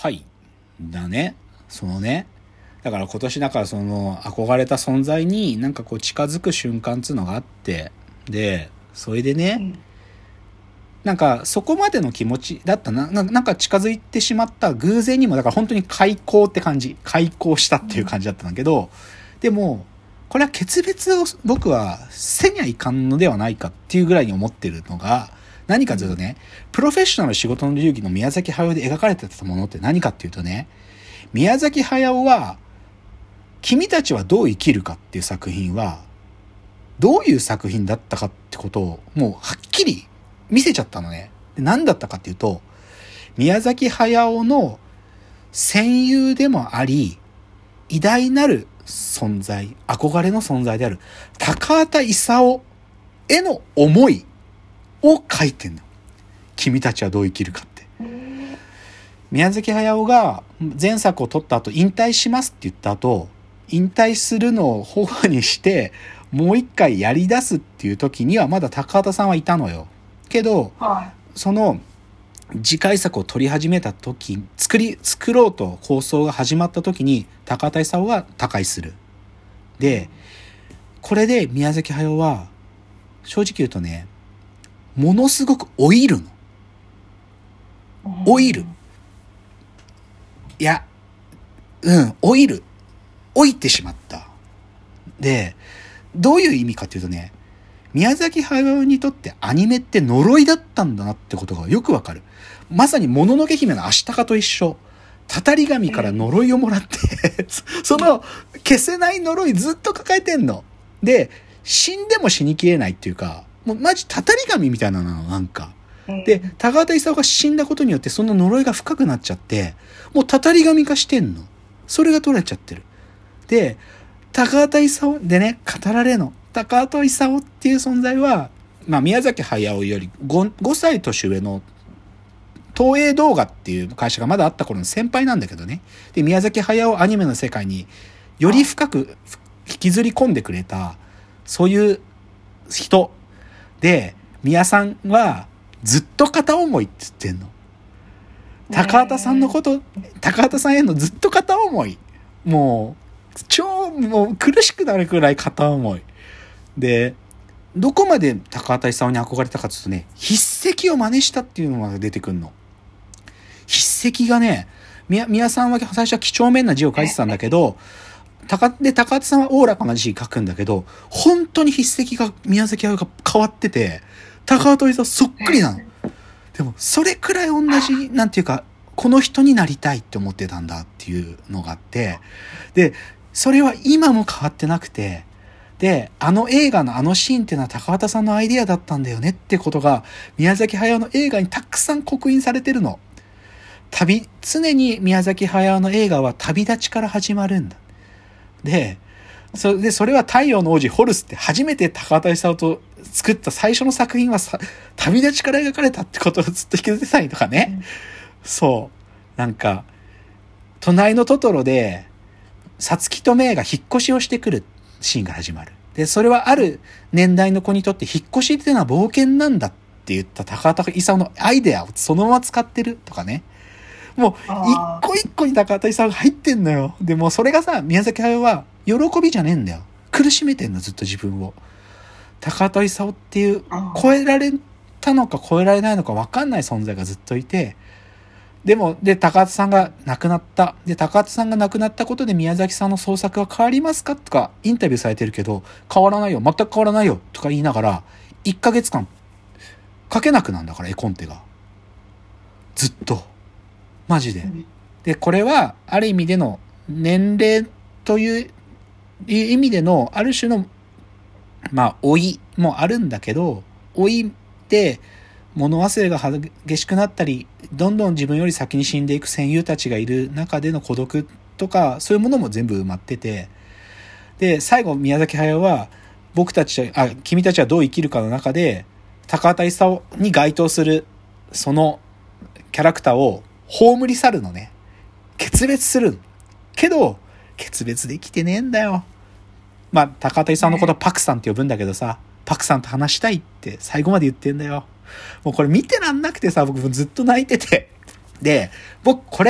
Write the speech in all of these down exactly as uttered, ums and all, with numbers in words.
はいだね。そのね、だから今年だからその憧れた存在になんかこう近づく瞬間っていうのがあって、でそれでね、うん、なんかそこまでの気持ちだったな、なんか近づいてしまった偶然にも、だから本当に開口って感じ、開口したっていう感じだったんだけど、うん、でもこれは決別を僕はせにゃいかんのではないかっていうぐらいに思ってるのが何かというとね、プロフェッショナル仕事の流儀の宮崎駿で描かれてたものって何かっていうとね、宮崎駿は君たちはどう生きるかっていう作品はどういう作品だったかってことをもうはっきり見せちゃったのね。で何だったかっていうと、宮崎駿の戦友でもあり偉大なる存在、憧れの存在である高畑勲への思いを書いてんの。君たちはどう生きるかって。宮崎駿が前作を撮った後引退しますって言った後、引退するのを保護にしてもう一回やり出すっていう時にはまだ高畑さんはいたのよ。けど、はい、その次回作を撮り始めた時、作り作ろうと構想が始まった時に高畑勲は他界する。でこれで宮崎駿は正直言うとね、ものすごく老いるの。老いる。いや、うん、老いる。老いてしまった。で、どういう意味かっていうとね、宮崎駿にとってアニメって呪いだったんだなってことがよくわかる。まさにもののけ姫のアシタカと一緒。たたり神から呪いをもらってその消せない呪いずっと抱えてんの。で、死んでも死にきれないっていうか、もうマジたたり神みたいなのなんか。で、高畑勲が死んだことによってその呪いが深くなっちゃって、もうたたり神化してんの。それが取られちゃってる。で、高畑勲でね、語られるの。高畑勲っていう存在は、まあ宮崎駿より 5, 5歳年上の東映動画っていう会社がまだあった頃の先輩なんだけどね。で、宮崎駿をアニメの世界により深く引きずり込んでくれた、そういう人。で、宮さんはずっと片思いって言ってんの。高畑さんのこと、高畑さんへのずっと片思い。もう、超もう苦しくなるくらい片思い。で、どこまで高畑勲に憧れたかというとね、筆跡を真似したっていうのが出てくるの。筆跡がね、宮、宮さんは最初は几帳面な字を書いてたんだけど、高で高畑さんはおおらかな字書くんだけど、本当に筆跡が宮崎駿が変わってて、高畑勲そっくりなの。でもそれくらい同じ、なんていうか、この人になりたいって思ってたんだっていうのがあって、でそれは今も変わってなくて、であの映画のあのシーンっていうのは高畑さんのアイデアだったんだよねってことが宮崎駿の映画にたくさん刻印されてるの。旅、常に宮崎駿の映画は旅立ちから始まるんだ。でそれでそれは太陽の王子ホルスって初めて高畑勲と作った最初の作品はさ旅立ちから描かれたってことをずっと引きずってたりとかね、うん、そうなんか隣のトトロでサツキとメイが引っ越しをしてくるシーンが始まる。でそれはある年代の子にとって引っ越しっていうのは冒険なんだって言った高畑勲のアイデアをそのまま使ってるとかね、もう一個一個に高畑勲が入ってんのよ。でもそれがさ、宮崎駿は喜びじゃねえんだよ。苦しめてんのずっと自分を。高畑勲っていう超えられたのか超えられないのか分かんない存在がずっといて、でもで高畑さんが亡くなった。で高畑さんが亡くなったことで宮崎さんの創作は変わりますかとかインタビューされてるけど、変わらないよ、全く変わらないよとか言いながらいっかげつかん書けなくなんだから絵コンテがずっとマジで。でこれはある意味での年齢という意味でのある種のまあ老いもあるんだけど、老いって物忘れが激しくなったり、どんどん自分より先に死んでいく戦友たちがいる中での孤独とかそういうものも全部埋まってて、で最後宮崎駿は僕たちあ君たちはどう生きるかの中で高畑勲に該当するそのキャラクターを葬り去るのね。決別するけど決別できてねえんだよ。まあ高畑勲のことはパクさんって呼ぶんだけどさ、パクさんと話したいって最後まで言ってんだよ。もうこれ見てらんなくてさ、僕もずっと泣いてて。で僕これ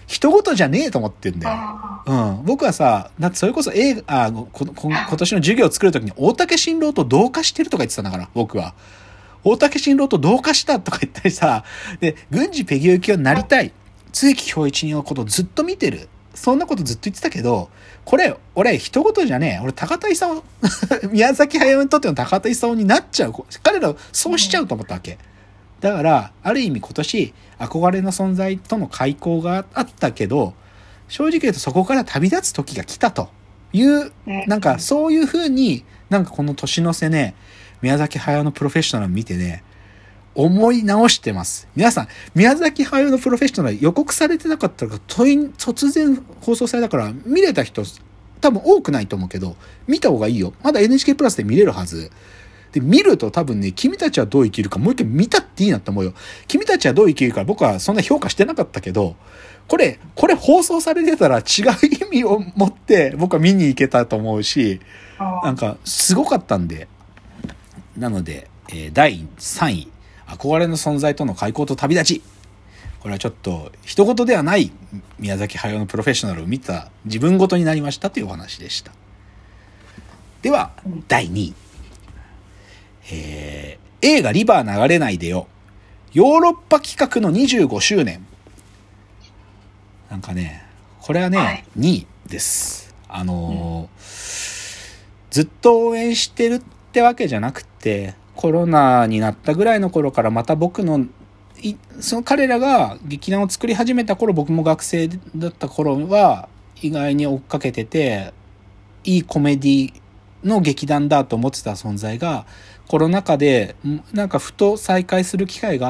人事じゃねえと思ってんだよ。うん。僕はさ、だってそれこそ映画、あ、ここ今年の授業を作るときに大竹新郎と同化してるとか言ってたんだから、僕は。大竹新郎と同化したとか言ったりさ、で、郡司ペギュキをなりたい。露木恭一のことずっと見てる。そんなことずっと言ってたけど、これ、俺、一言じゃねえ。俺、高田勲、宮崎駿にとっての高田勲になっちゃう。彼らそうしちゃうと思ったわけ。だから、ある意味今年、憧れの存在との開口があったけど、正直言うとそこから旅立つ時が来たという、なんかそういう風に、なんかこの年の瀬ね、宮崎駿のプロフェッショナル見てね、思い直してます。皆さん、宮崎駿のプロフェッショナル予告されてなかったから突然放送されたから見れた人多分多くないと思うけど、見た方がいいよ。まだ エヌエイチケー プラスで見れるはず。で、見ると多分ね、君たちはどう生きるかもう一回見たっていいなって思うよ。君たちはどう生きるか僕はそんな評価してなかったけど、これ、これ放送されてたら違う意味を持って僕は見に行けたと思うし、なんかすごかったんで。なので、えー、だいさんい。憧れの存在との開口と旅立ち。これはちょっと一言ではない宮崎駿のプロフェッショナルを見た自分ごとになりましたというお話でした。ではだいにい、えー、映画リバー流れないでよ、ヨーロッパ企画のにじゅうごしゅうねん。なんかね、これはね、はい、にいです。あのーうん、ずっと応援してるってわけじゃなくて、コロナになったぐらいの頃からまた僕のその彼らが劇団を作り始めた頃、僕も学生だった頃は意外に追っかけてて、いいコメディの劇団だと思ってた存在がコロナ禍でなんかふと再会する機会があって、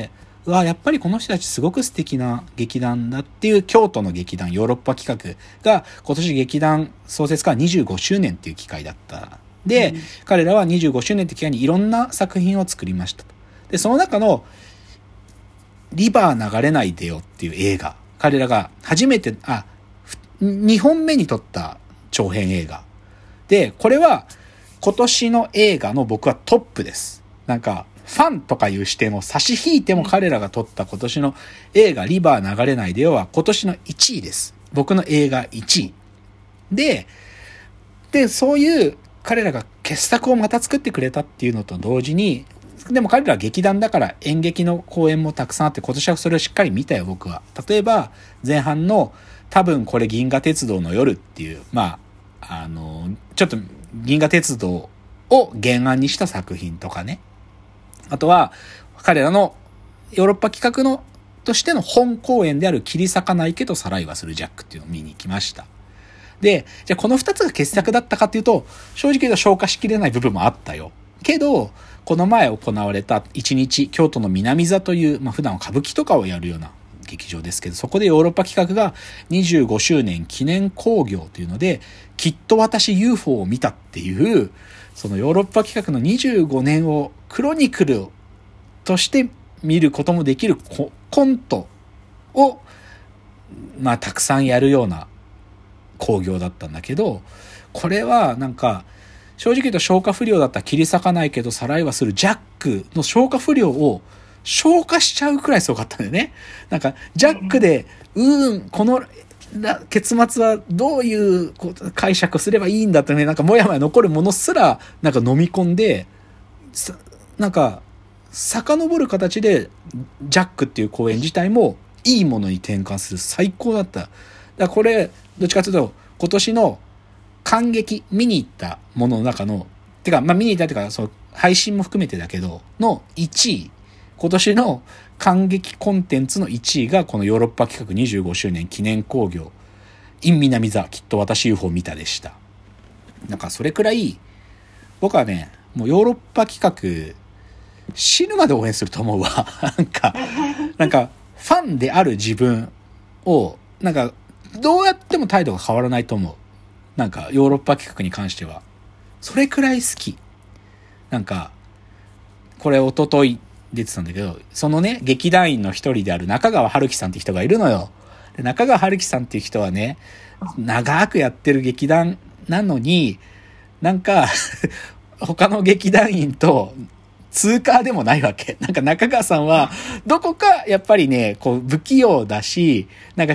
うわやっぱりこの人たちすごく素敵な劇団だっていう京都の劇団ヨーロッパ企画が今年劇団創設からにじゅうごしゅうねんっていう機会だったで、うん、彼らはにじゅうごしゅうねんって機会にいろんな作品を作りました。でその中のリバー流れないでよっていう映画、彼らが初めてあにほんめに撮った長編映画で、これは今年の映画の僕はトップです。なんかファンとかいう視点を差し引いても彼らが撮った今年の映画リバー流れないでよは今年のいちいです。僕の映画いちいで、でそういう彼らが傑作をまた作ってくれたっていうのと同時に、でも彼らは劇団だから演劇の公演もたくさんあって、今年はそれをしっかり見たよ僕は。例えば前半の多分これ銀河鉄道の夜っていう、まああのちょっと銀河鉄道を原案にした作品とかね、あとは彼らのヨーロッパ企画のとしての本公演である切り裂かないけどさらいはするジャックっていうのを見に行きました。で、じゃあこの二つが傑作だったかっていうと、正直言うと消化しきれない部分もあったよ。けど、この前行われた一日、京都の南座という、まあ普段は歌舞伎とかをやるような劇場ですけど、そこでヨーロッパ企画がにじゅうごしゅうねん記念興行というので、きっと私 ユーフォー を見たっていう、そのヨーロッパ企画のにじゅうごねんをクロニクルとして見ることもできるコントを、まあたくさんやるような興行だったんだけど、これはなんか正直言うと消化不良だったら切り裂かないけどさらいはするジャックの消化不良を消化しちゃうくらいすごかったんだよね。なんかジャックでうーんこの結末はどういう解釈すればいいんだってね、なんかもやもや残るものすらなんか飲み込んで、なんか遡る形でジャックっていう公演自体もいいものに転換する最高だった。だからこれどっちかというと今年の感激見に行ったものの中のてかまあ見に行ったっていうかその配信も含めてだけどのいちい、今年の感激コンテンツのいちいがこのヨーロッパ企画にじゅうごしゅうねん記念興行 in 南座きっと私 ユーフォー 見たでした。なんかそれくらい僕はねもうヨーロッパ企画死ぬまで応援すると思うわなんかなんかファンである自分をなんかどうやっても態度が変わらないと思う。なんかヨーロッパ企画に関してはそれくらい好き。なんかこれ一昨日出てたんだけど、そのね劇団員の一人である中川春樹さんって人がいるのよ。で中川春樹さんっていう人はね長くやってる劇団なのになんか他の劇団員と通過でもないわけ。なんか中川さんはどこかやっぱりねこう不器用だし、なんか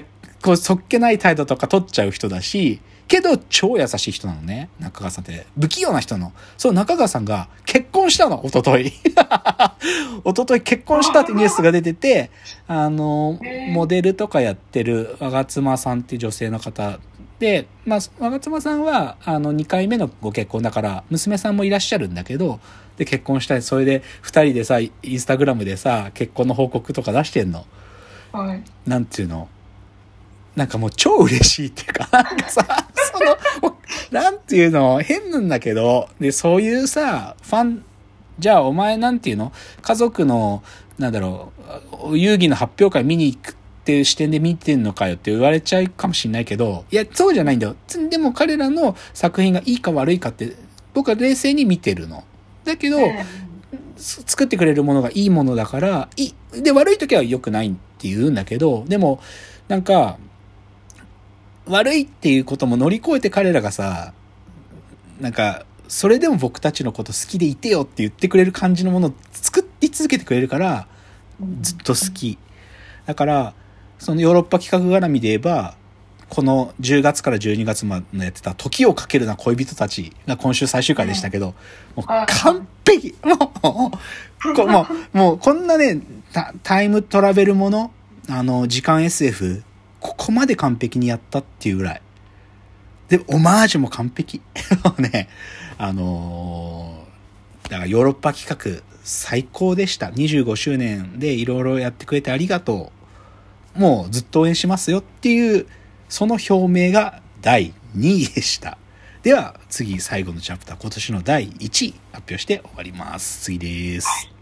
こう、そっけない態度とか取っちゃう人だし、けど超優しい人なのね。中川さんって。不器用な人なの。そう、中川さんが結婚したの、おととい。おととい結婚したってニュースが出てて、あの、モデルとかやってる我妻さんっていう女性の方で、まあ、我妻さんは、あの、にかいめのご結婚だから、娘さんもいらっしゃるんだけど、で、結婚したい。それで、二人でさ、インスタグラムでさ、結婚の報告とか出してんの。 はい。 なんていうの。なんかもう超嬉しいっていうか、なんかさ、その、なんていうの、変なんだけど、で、そういうさ、ファン、じゃあお前なんていうの、家族の、なんだろう、遊戯の発表会見に行くっていう視点で見てんのかよって言われちゃうかもしれないけど、いや、そうじゃないんだよ。でも彼らの作品がいいか悪いかって、僕は冷静に見てるの。だけど、作ってくれるものがいいものだから、いい、で、悪い時は良くないって言うんだけど、でも、なんか、悪いっていうことも乗り越えて彼らがさ、なんか、それでも僕たちのこと好きでいてよって言ってくれる感じのものを作り続けてくれるから、ずっと好き。だから、そのヨーロッパ企画絡みで言えば、このじゅうがつからじゅうにがつまでのやってた時をかけるな恋人たちが今週最終回でしたけど、もう完璧もう、こもう、もうこんなね、タイムトラベルもの、あの、時間 エスエフ、ここまで完璧にやったっていうぐらい。で、オマージュも完璧。ね、あのー、だからヨーロッパ企画最高でした。にじゅうごしゅうねんでいろいろやってくれてありがとう。もうずっと応援しますよっていう、その表明がだいにいでした。では、次、最後のチャプター、今年のだいいちい発表して終わります。次です。